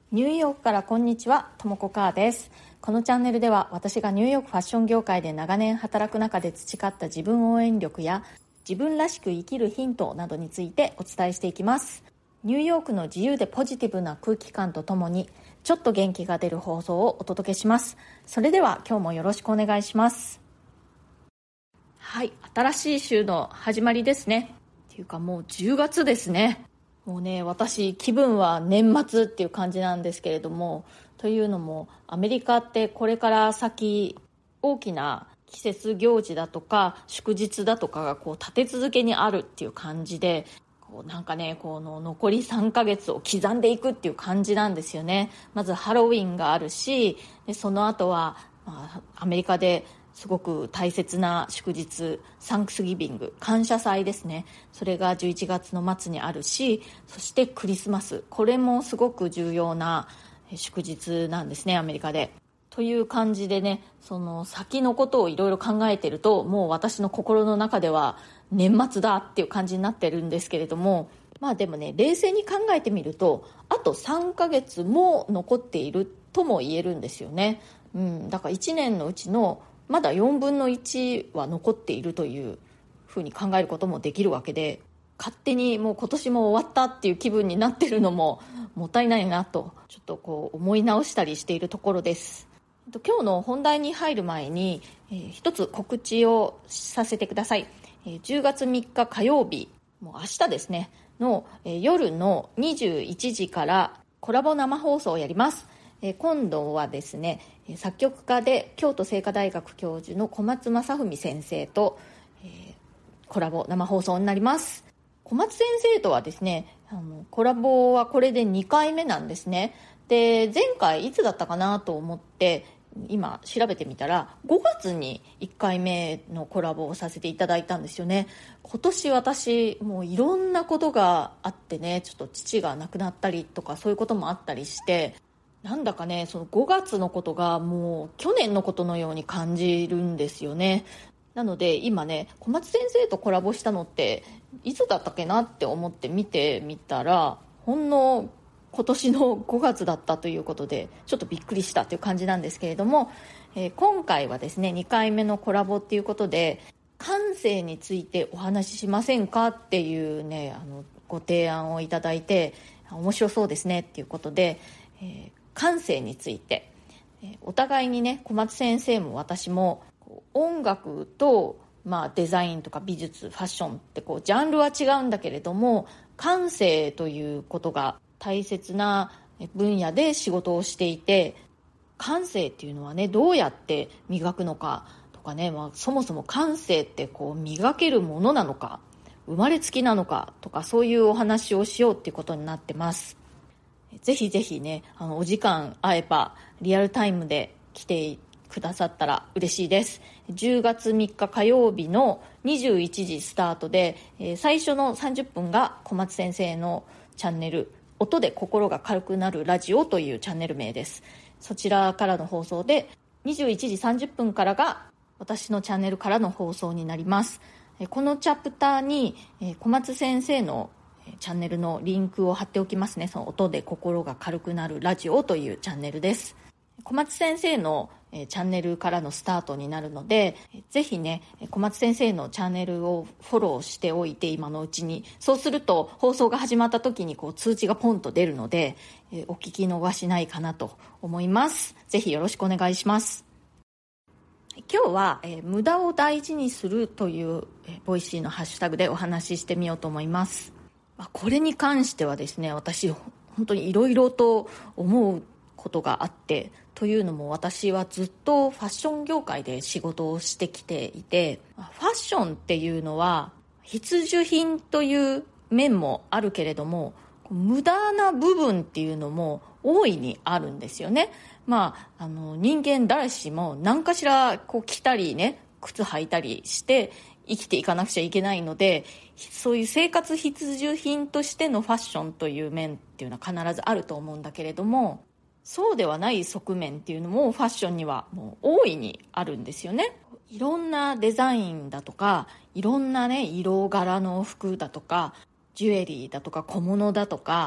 ニューヨークからこんにちは、ともこかーです。このチャンネルでは私がニューヨークファッション業界で長年働く中で培った自分応援力や自分らしく生きるヒントなどについてお伝えしていきます。ニューヨークの自由でポジティブな空気感とともにちょっと元気が出る放送をお届けします。それでは今日もよろしくお願いします。はい、新しい週の始まりですね。っていうかもう10月ですね。もうね、私気分は年末っていう感じなんですけれども、というのもアメリカってこれから先大きな季節行事だとか祝日だとかが立て続けにあるっていう感じで、なんかね、この残り3ヶ月を刻んでいくっていう感じなんですよね。まずハロウィンがあるし、でその後は、アメリカですごく大切な祝日サンクスギビング、感謝祭ですね。それが11月の末にあるし、そしてクリスマス、これもすごく重要な祝日なんですね、アメリカで。という感じでね、その先のことをいろいろ考えてると、もう私の心の中では年末だっていう感じになってるんですけれども、でもね、冷静に考えてみるとあと3ヶ月も残っているとも言えるんですよね。だから1年のうちのまだ4分の1は残っているというふうに考えることもできるわけで、勝手にもう今年も終わったっていう気分になってるのももったいないなと、ちょっと思い直したりしているところです。今日の本題に入る前に、一つ告知をさせてください。10月3日火曜日、もう明日ですねの、夜の21時からコラボ生放送をやります。今度はですね、作曲家で京都精華大学教授の小松正文先生と、コラボ生放送になります。小松先生とはですね、コラボはこれで2回目なんですね。で、前回いつだったかなと思って今調べてみたら5月に1回目のコラボをさせていただいたんですよね。今年私もういろんなことがあってね、ちょっと父が亡くなったりとかそういうこともあったりして、なんだかね、その5月のことがもう去年のことのように感じるんですよね。なので今ね、小松先生とコラボしたのっていつだったっけなって思って見てみたら、ほんの今年の5月だったということでちょっとびっくりしたという感じなんですけれども、今回はですね2回目のコラボっていうことで、感性についてお話ししませんかっていうね、ご提案をいただいて、面白そうですねっていうことで、感性について、お互いにね、小松先生も私も音楽と、デザインとか美術、ファッションってジャンルは違うんだけれども、感性ということが大切な分野で仕事をしていて、感性っていうのはね、どうやって磨くのかとかね、そもそも感性って磨けるものなのか、生まれつきなのかとか、そういうお話をしようっていうことになってます。ぜひぜひね、お時間合えばリアルタイムで来てくださったら嬉しいです。10月3日火曜日の21時スタートで、最初の30分が小松先生のチャンネル、音で心が軽くなるラジオというチャンネル名です。そちらからの放送で、21時30分からが私のチャンネルからの放送になります。このチャプターに小松先生のチャンネルのリンクを貼っておきますね。その音で心が軽くなるラジオというチャンネルです。小松先生のチャンネルからのスタートになるので、ぜひね、小松先生のチャンネルをフォローしておいて、今のうちに。そうすると放送が始まった時に通知がポンと出るので、お聞き逃しないかなと思います。ぜひよろしくお願いします。今日は、無駄を大事にするというボイシーのハッシュタグでお話ししてみようと思います。これに関してはですね、私本当にいろいろと思うことがあって、というのも私はずっとファッション業界で仕事をしてきていて、ファッションっていうのは必需品という面もあるけれども、無駄な部分っていうのも大いにあるんですよね。人間誰しも何かしら着たりね、靴履いたりして生きていかなくちゃいけないので、そういう生活必需品としてのファッションという面っていうのは必ずあると思うんだけれども、そうではない側面っていうのもファッションにはもう大いにあるんですよね。いろんなデザインだとか、いろんなね、色柄の服だとか、ジュエリーだとか小物だとか、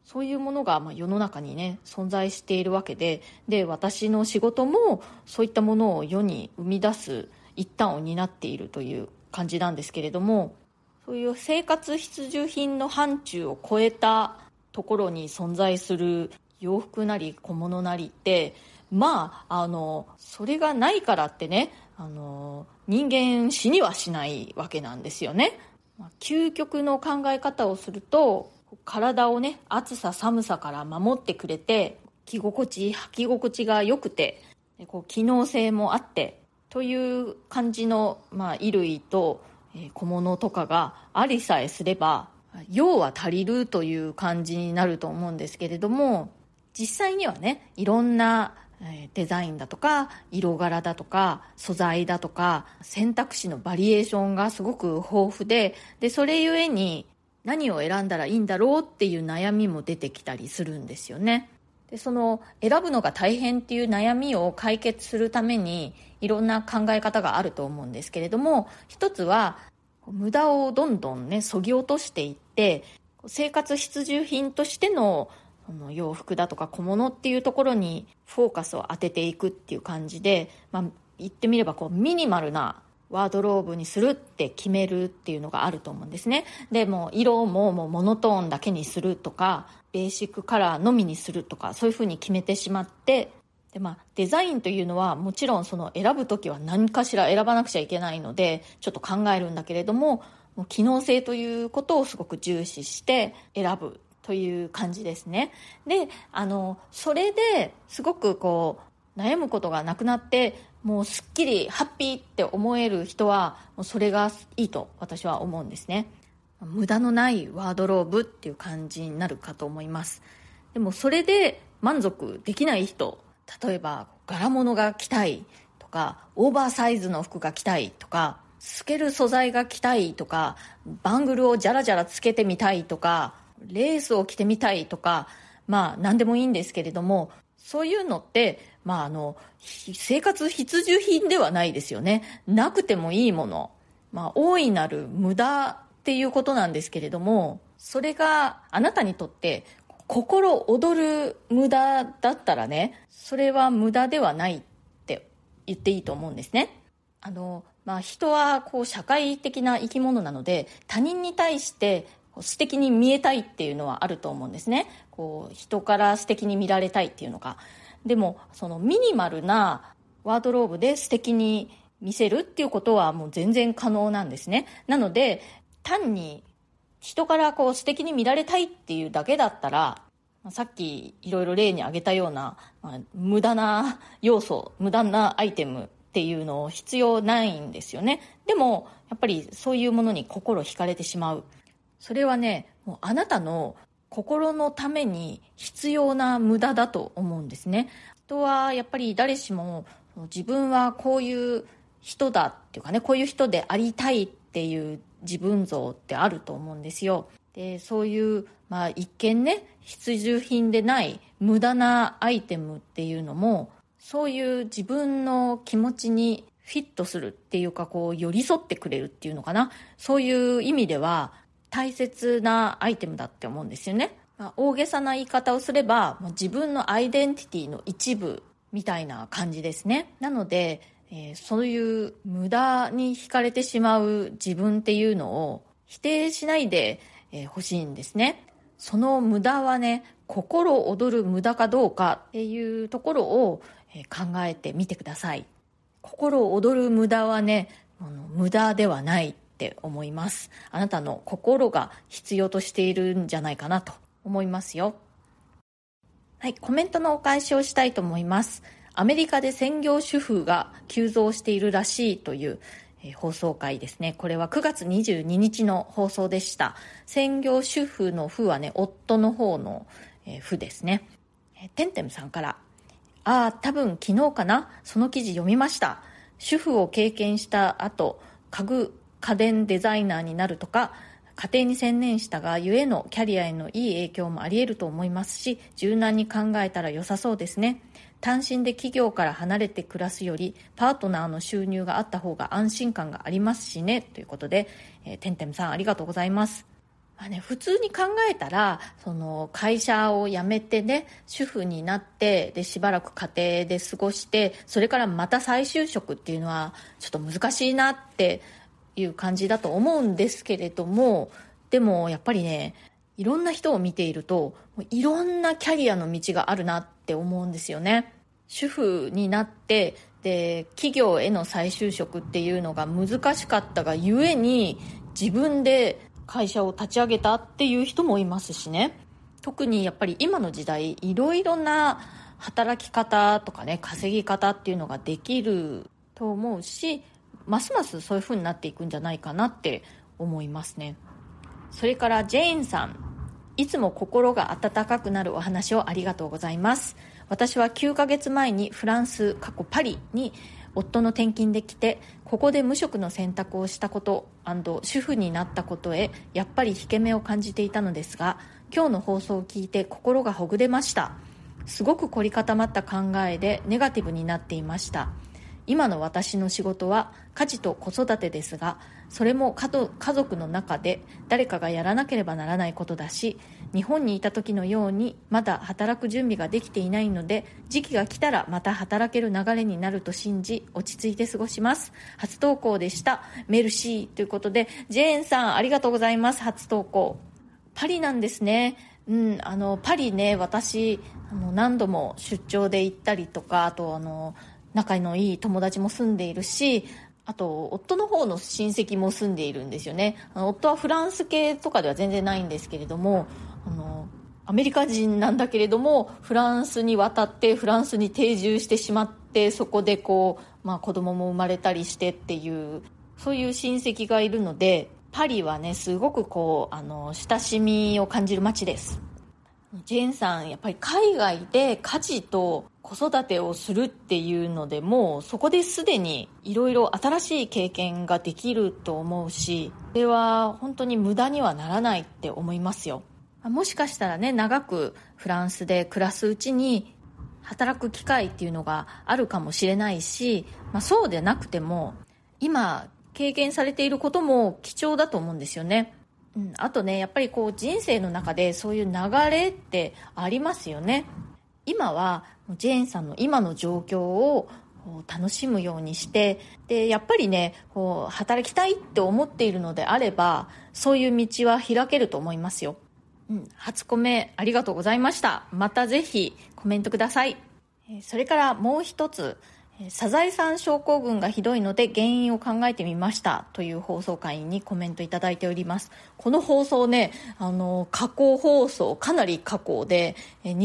そういうものが世の中にね存在しているわけで、私の仕事もそういったものを世に生み出す一端を担っているという感じなんですけれども、そういう生活必需品の範疇を超えたところに存在する洋服なり小物なりって、それがないからってね、人間死にはしないわけなんですよね。究極の考え方をすると、体をね暑さ寒さから守ってくれて、着心地履き心地が良くて、機能性もあってという感じの、衣類と小物とかがありさえすれば用は足りるという感じになると思うんですけれども、実際にはねいろんなデザインだとか色柄だとか素材だとか選択肢のバリエーションがすごく豊富で、それゆえに何を選んだらいいんだろうっていう悩みも出てきたりするんですよね。でその選ぶのが大変っていう悩みを解決するためにいろんな考え方があると思うんですけれども、一つは無駄をどんどんね削ぎ落としていって、生活必需品としての洋服だとか小物っていうところにフォーカスを当てていくっていう感じで、言ってみればミニマルなワードローブにするって決めるっていうのがあると思うんですね。でも色もモノトーンだけにするとか、ベーシックカラーのみにするとか、そういうふうに決めてしまって、でデザインというのはもちろんその選ぶときは何かしら選ばなくちゃいけないのでちょっと考えるんだけれども、機能性ということをすごく重視して選ぶという感じですね。でそれですごく悩むことがなくなって、もうすっきりハッピーって思える人はもうそれがいいと私は思うんですね。無駄のないワードローブっていう感じになるかと思います。でもそれで満足できない人、例えば柄物が着たいとかオーバーサイズの服が着たいとか透ける素材が着たいとかバングルをジャラジャラつけてみたいとかレースを着てみたいとか、何でもいいんですけれども、そういうのって生活必需品ではないですよね。なくてもいいもの、大いなる無駄っていうことなんですけれども、それがあなたにとって心躍る無駄だったらね、それは無駄ではないって言っていいと思うんですね。人は社会的な生き物なので、他人に対して素敵に見えたいっていうのはあると思うんですね。人から素敵に見られたいっていうのか。でもそのミニマルなワードローブで素敵に見せるっていうことはもう全然可能なんですね。なので単に人から素敵に見られたいっていうだけだったら、さっきいろいろ例に挙げたような、無駄な要素、無駄なアイテムっていうのを必要ないんですよね。でもやっぱりそういうものに心惹かれてしまう。それはね、もうあなたの心のために必要な無駄だと思うんですね。人はやっぱり誰しも自分はこういう人だっていうかね、こういう人でありたいっていう自分像ってあると思うんですよ。でそういう、一見ね必需品でない無駄なアイテムっていうのも、そういう自分の気持ちにフィットするっていうか、寄り添ってくれるっていうのかな、そういう意味では大切なアイテムだって思うんですよね。大げさな言い方をすれば自分のアイデンティティの一部みたいな感じですね。なので、そういう無駄に惹かれてしまう自分っていうのを否定しないでほしいんですね。その無駄はね、心躍る無駄かどうかっていうところを考えてみてください。心躍る無駄はね、無駄ではないって思います。あなたの心が必要としているんじゃないかなと思いますよ。はい、コメントのお返しをしたいと思います。アメリカで専業主婦が急増しているらしいという放送回ですね。これは9月22日の放送でした。専業主婦の婦はね、夫の方の婦ですね。てんてんさんから、多分昨日かな、その記事読みました。主婦を経験した後、家電デザイナーになるとか、家庭に専念したがゆえのキャリアへのいい影響もあり得ると思いますし、柔軟に考えたら良さそうですね。単身で企業から離れて暮らすよりパートナーの収入があった方が安心感がありますしね、ということで、てんてんさんありがとうございます。 普通に考えたらその会社を辞めてね、主婦になって、でしばらく家庭で過ごして、それからまた再就職っていうのはちょっと難しいなっていう感じだと思うんですけれども、でもやっぱりね、いろんな人を見ているといろんなキャリアの道があるなって思うんですよね。主婦になって、で企業への再就職っていうのが難しかったがゆえに、自分で会社を立ち上げたっていう人もいますしね。特にやっぱり今の時代、いろいろな働き方とかね、稼ぎ方っていうのができると思うし、ますますそういう風になっていくんじゃないかなって思いますね。それからジェーンさん、いつも心が温かくなるお話をありがとうございます。私は9ヶ月前にフランスパリに夫の転勤で来て、ここで無職の選択をしたこと&主婦になったことへやっぱり引け目を感じていたのですが、今日の放送を聞いて心がほぐれました。すごく凝り固まった考えでネガティブになっていました。今の私の仕事は家事と子育てですが、それも家族の中で誰かがやらなければならないことだし、日本にいた時のようにまだ働く準備ができていないので、時期が来たらまた働ける流れになると信じ、落ち着いて過ごします。初投稿でした。メルシーということで、ジェーンさんありがとうございます。初投稿。パリなんですね。パリね、私何度も出張で行ったりとか、あと仲のいい友達も住んでいるし、あと夫の方の親戚も住んでいるんですよね。夫はフランス系とかでは全然ないんですけれども、アメリカ人なんだけれどもフランスに渡ってフランスに定住してしまって、そこで子供も生まれたりしてっていう、そういう親戚がいるので、パリはねすごく親しみを感じる街です。ジェーンさん、やっぱり海外で家事と子育てをするっていうので、もうそこですでにいろいろ新しい経験ができると思うし、それは本当に無駄にはならないって思いますよ。もしかしたらね、長くフランスで暮らすうちに働く機会っていうのがあるかもしれないし、そうでなくても今経験されていることも貴重だと思うんですよね。あとね、やっぱり人生の中でそういう流れってありますよね。今はジェーンさんの今の状況を楽しむようにして、でやっぱりね働きたいって思っているのであれば、そういう道は開けると思いますよ。初コメありがとうございました。またぜひコメントください。それからもう一つ、サザエさん症候群がひどいので原因を考えてみましたという放送回にコメントいただいております。この放送ね、過去放送、かなり過去で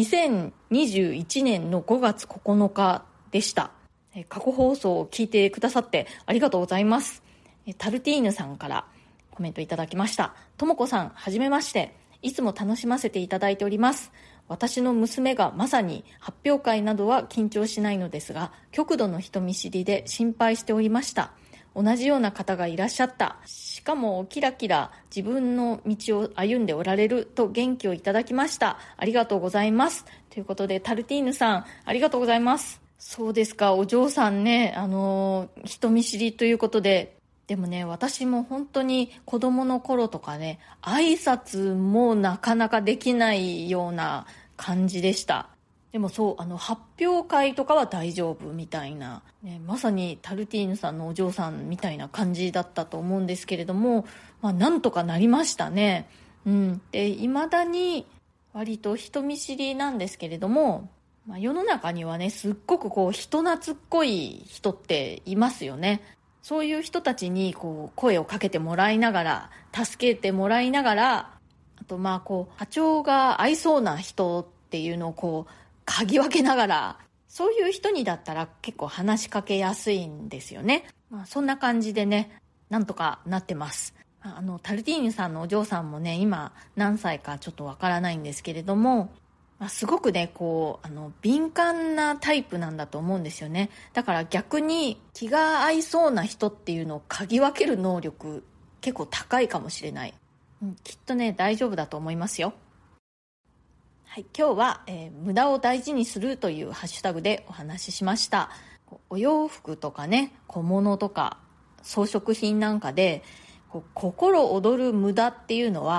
2021年の5月9日でした。過去放送を聞いてくださってありがとうございます。タルティーヌさんからコメントいただきました。ともこさん、はじめまして。いつも楽しませていただいております。私の娘がまさに発表会などは緊張しないのですが、極度の人見知りで心配しておりました。同じような方がいらっしゃった。しかもキラキラ自分の道を歩んでおられると元気をいただきました。ありがとうございます。ということで、タルティーヌさん、ありがとうございます。そうですか、お嬢さんね、人見知りということで、でもね、私も本当に子供の頃とかね、挨拶もなかなかできないような感じでした。でもそう、発表会とかは大丈夫みたいな、ね、まさにタルティーヌさんのお嬢さんみたいな感じだったと思うんですけれども、なんとかなりましたね。で、未だに割と人見知りなんですけれども、世の中にはね、すっごく人懐っこい人っていますよね。そういう人たちに声をかけてもらいながら、助けてもらいながら、あと波長が合いそうな人っていうのを嗅ぎ分けながら、そういう人にだったら結構話しかけやすいんですよね。そんな感じでね、なんとかなってます。タルティーヌさんのお嬢さんもね、今何歳かちょっとわからないんですけれども、すごくね敏感なタイプなんだと思うんですよね。だから逆に気が合いそうな人っていうのを嗅ぎ分ける能力結構高いかもしれない。きっとね大丈夫だと思いますよ。はい、今日は、無駄を大事にするというハッシュタグでお話ししました。お洋服とかね、小物とか装飾品なんかで心躍る無駄っていうのは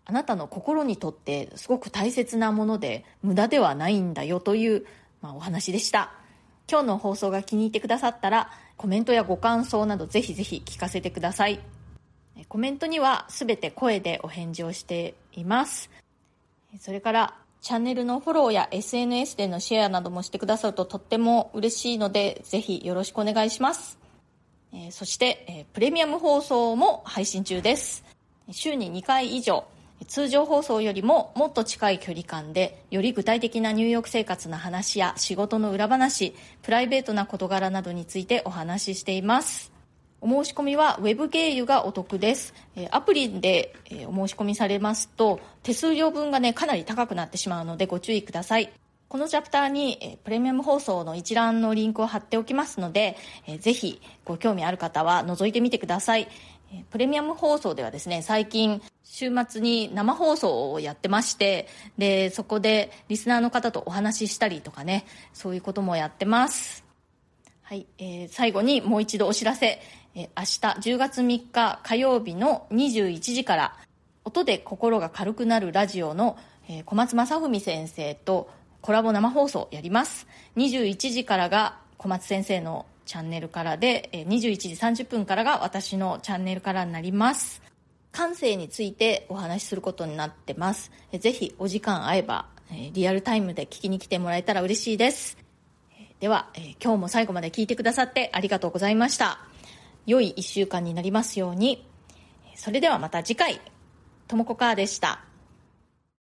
あなたの心にとってすごく大切なもので無駄ではないんだよという、お話でした。今日の放送が気に入ってくださったらコメントやご感想などぜひぜひ聞かせてください。コメントにはすべて声でお返事をしています。それからチャンネルのフォローや SNS でのシェアなどもしてくださるととっても嬉しいので、ぜひよろしくお願いします。そしてプレミアム放送も配信中です。週に2回以上、通常放送よりももっと近い距離感でより具体的なニューヨーク生活の話や仕事の裏話、プライベートな事柄などについてお話ししています。お申し込みはウェブ経由がお得です。アプリでお申し込みされますと手数料分がかなり高くなってしまうのでご注意ください。このチャプターにプレミアム放送の一覧のリンクを貼っておきますので、ぜひご興味ある方は覗いてみてください。プレミアム放送ではですね、最近週末に生放送をやってまして、でそこでリスナーの方とお話ししたりとかね、そういうこともやってます。はい、最後にもう一度お知らせ。明日10月3日火曜日の21時から音で心が軽くなるラジオの小松正文先生とコラボ生放送やります。21時からが小松先生のチャンネルからで、21時30分からが私のチャンネルからになります。感性についてお話しすることになってます。ぜひお時間合えばリアルタイムで聞きに来てもらえたら嬉しいです。では今日も最後まで聞いてくださってありがとうございました。良い1週間になりますように。それではまた次回。ともこかーでした。